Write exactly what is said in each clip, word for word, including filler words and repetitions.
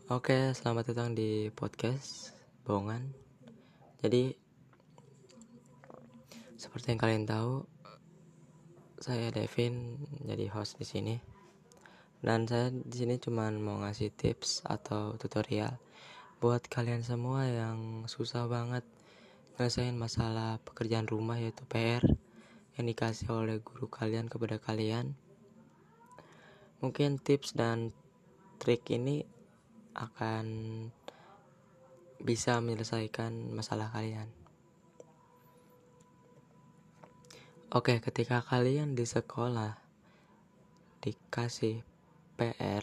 Oke, selamat datang di podcast Bohongan. Jadi, seperti yang kalian tahu, saya Devin jadi host di sini. Dan saya di sini cuma mau ngasih tips atau tutorial buat kalian semua yang susah banget ngelesain masalah pekerjaan rumah, yaitu P R yang dikasih oleh guru kalian kepada kalian. Mungkin tips dan trik ini akan bisa menyelesaikan masalah kalian. Oke, ketika kalian di sekolah dikasih P R,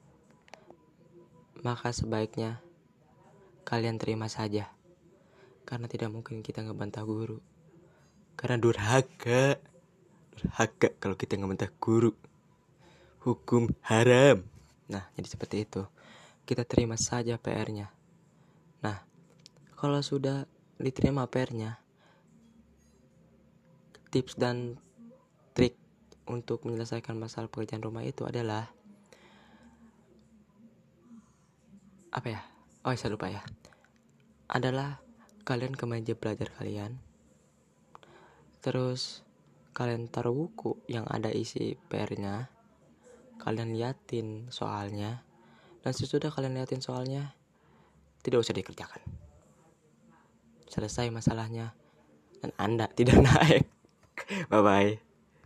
maka sebaiknya kalian terima saja, karena tidak mungkin kita ngebantah guru, karena durhaka durhaka kalau kita ngebantah guru, hukum haram. Nah, jadi seperti itu, kita terima saja P R-nya. Nah, kalau sudah diterima P R-nya, tips dan trik untuk menyelesaikan masalah pekerjaan rumah itu adalah apa ya? Oh, saya lupa ya. Adalah kalian ke meja belajar kalian, terus kalian taruh buku yang ada isi P R-nya, kalian liatin soalnya, dan sesudah kalian liatin soalnya, tidak usah dikerjakan. Selesai masalahnya, dan Anda tidak naik. Bye-bye.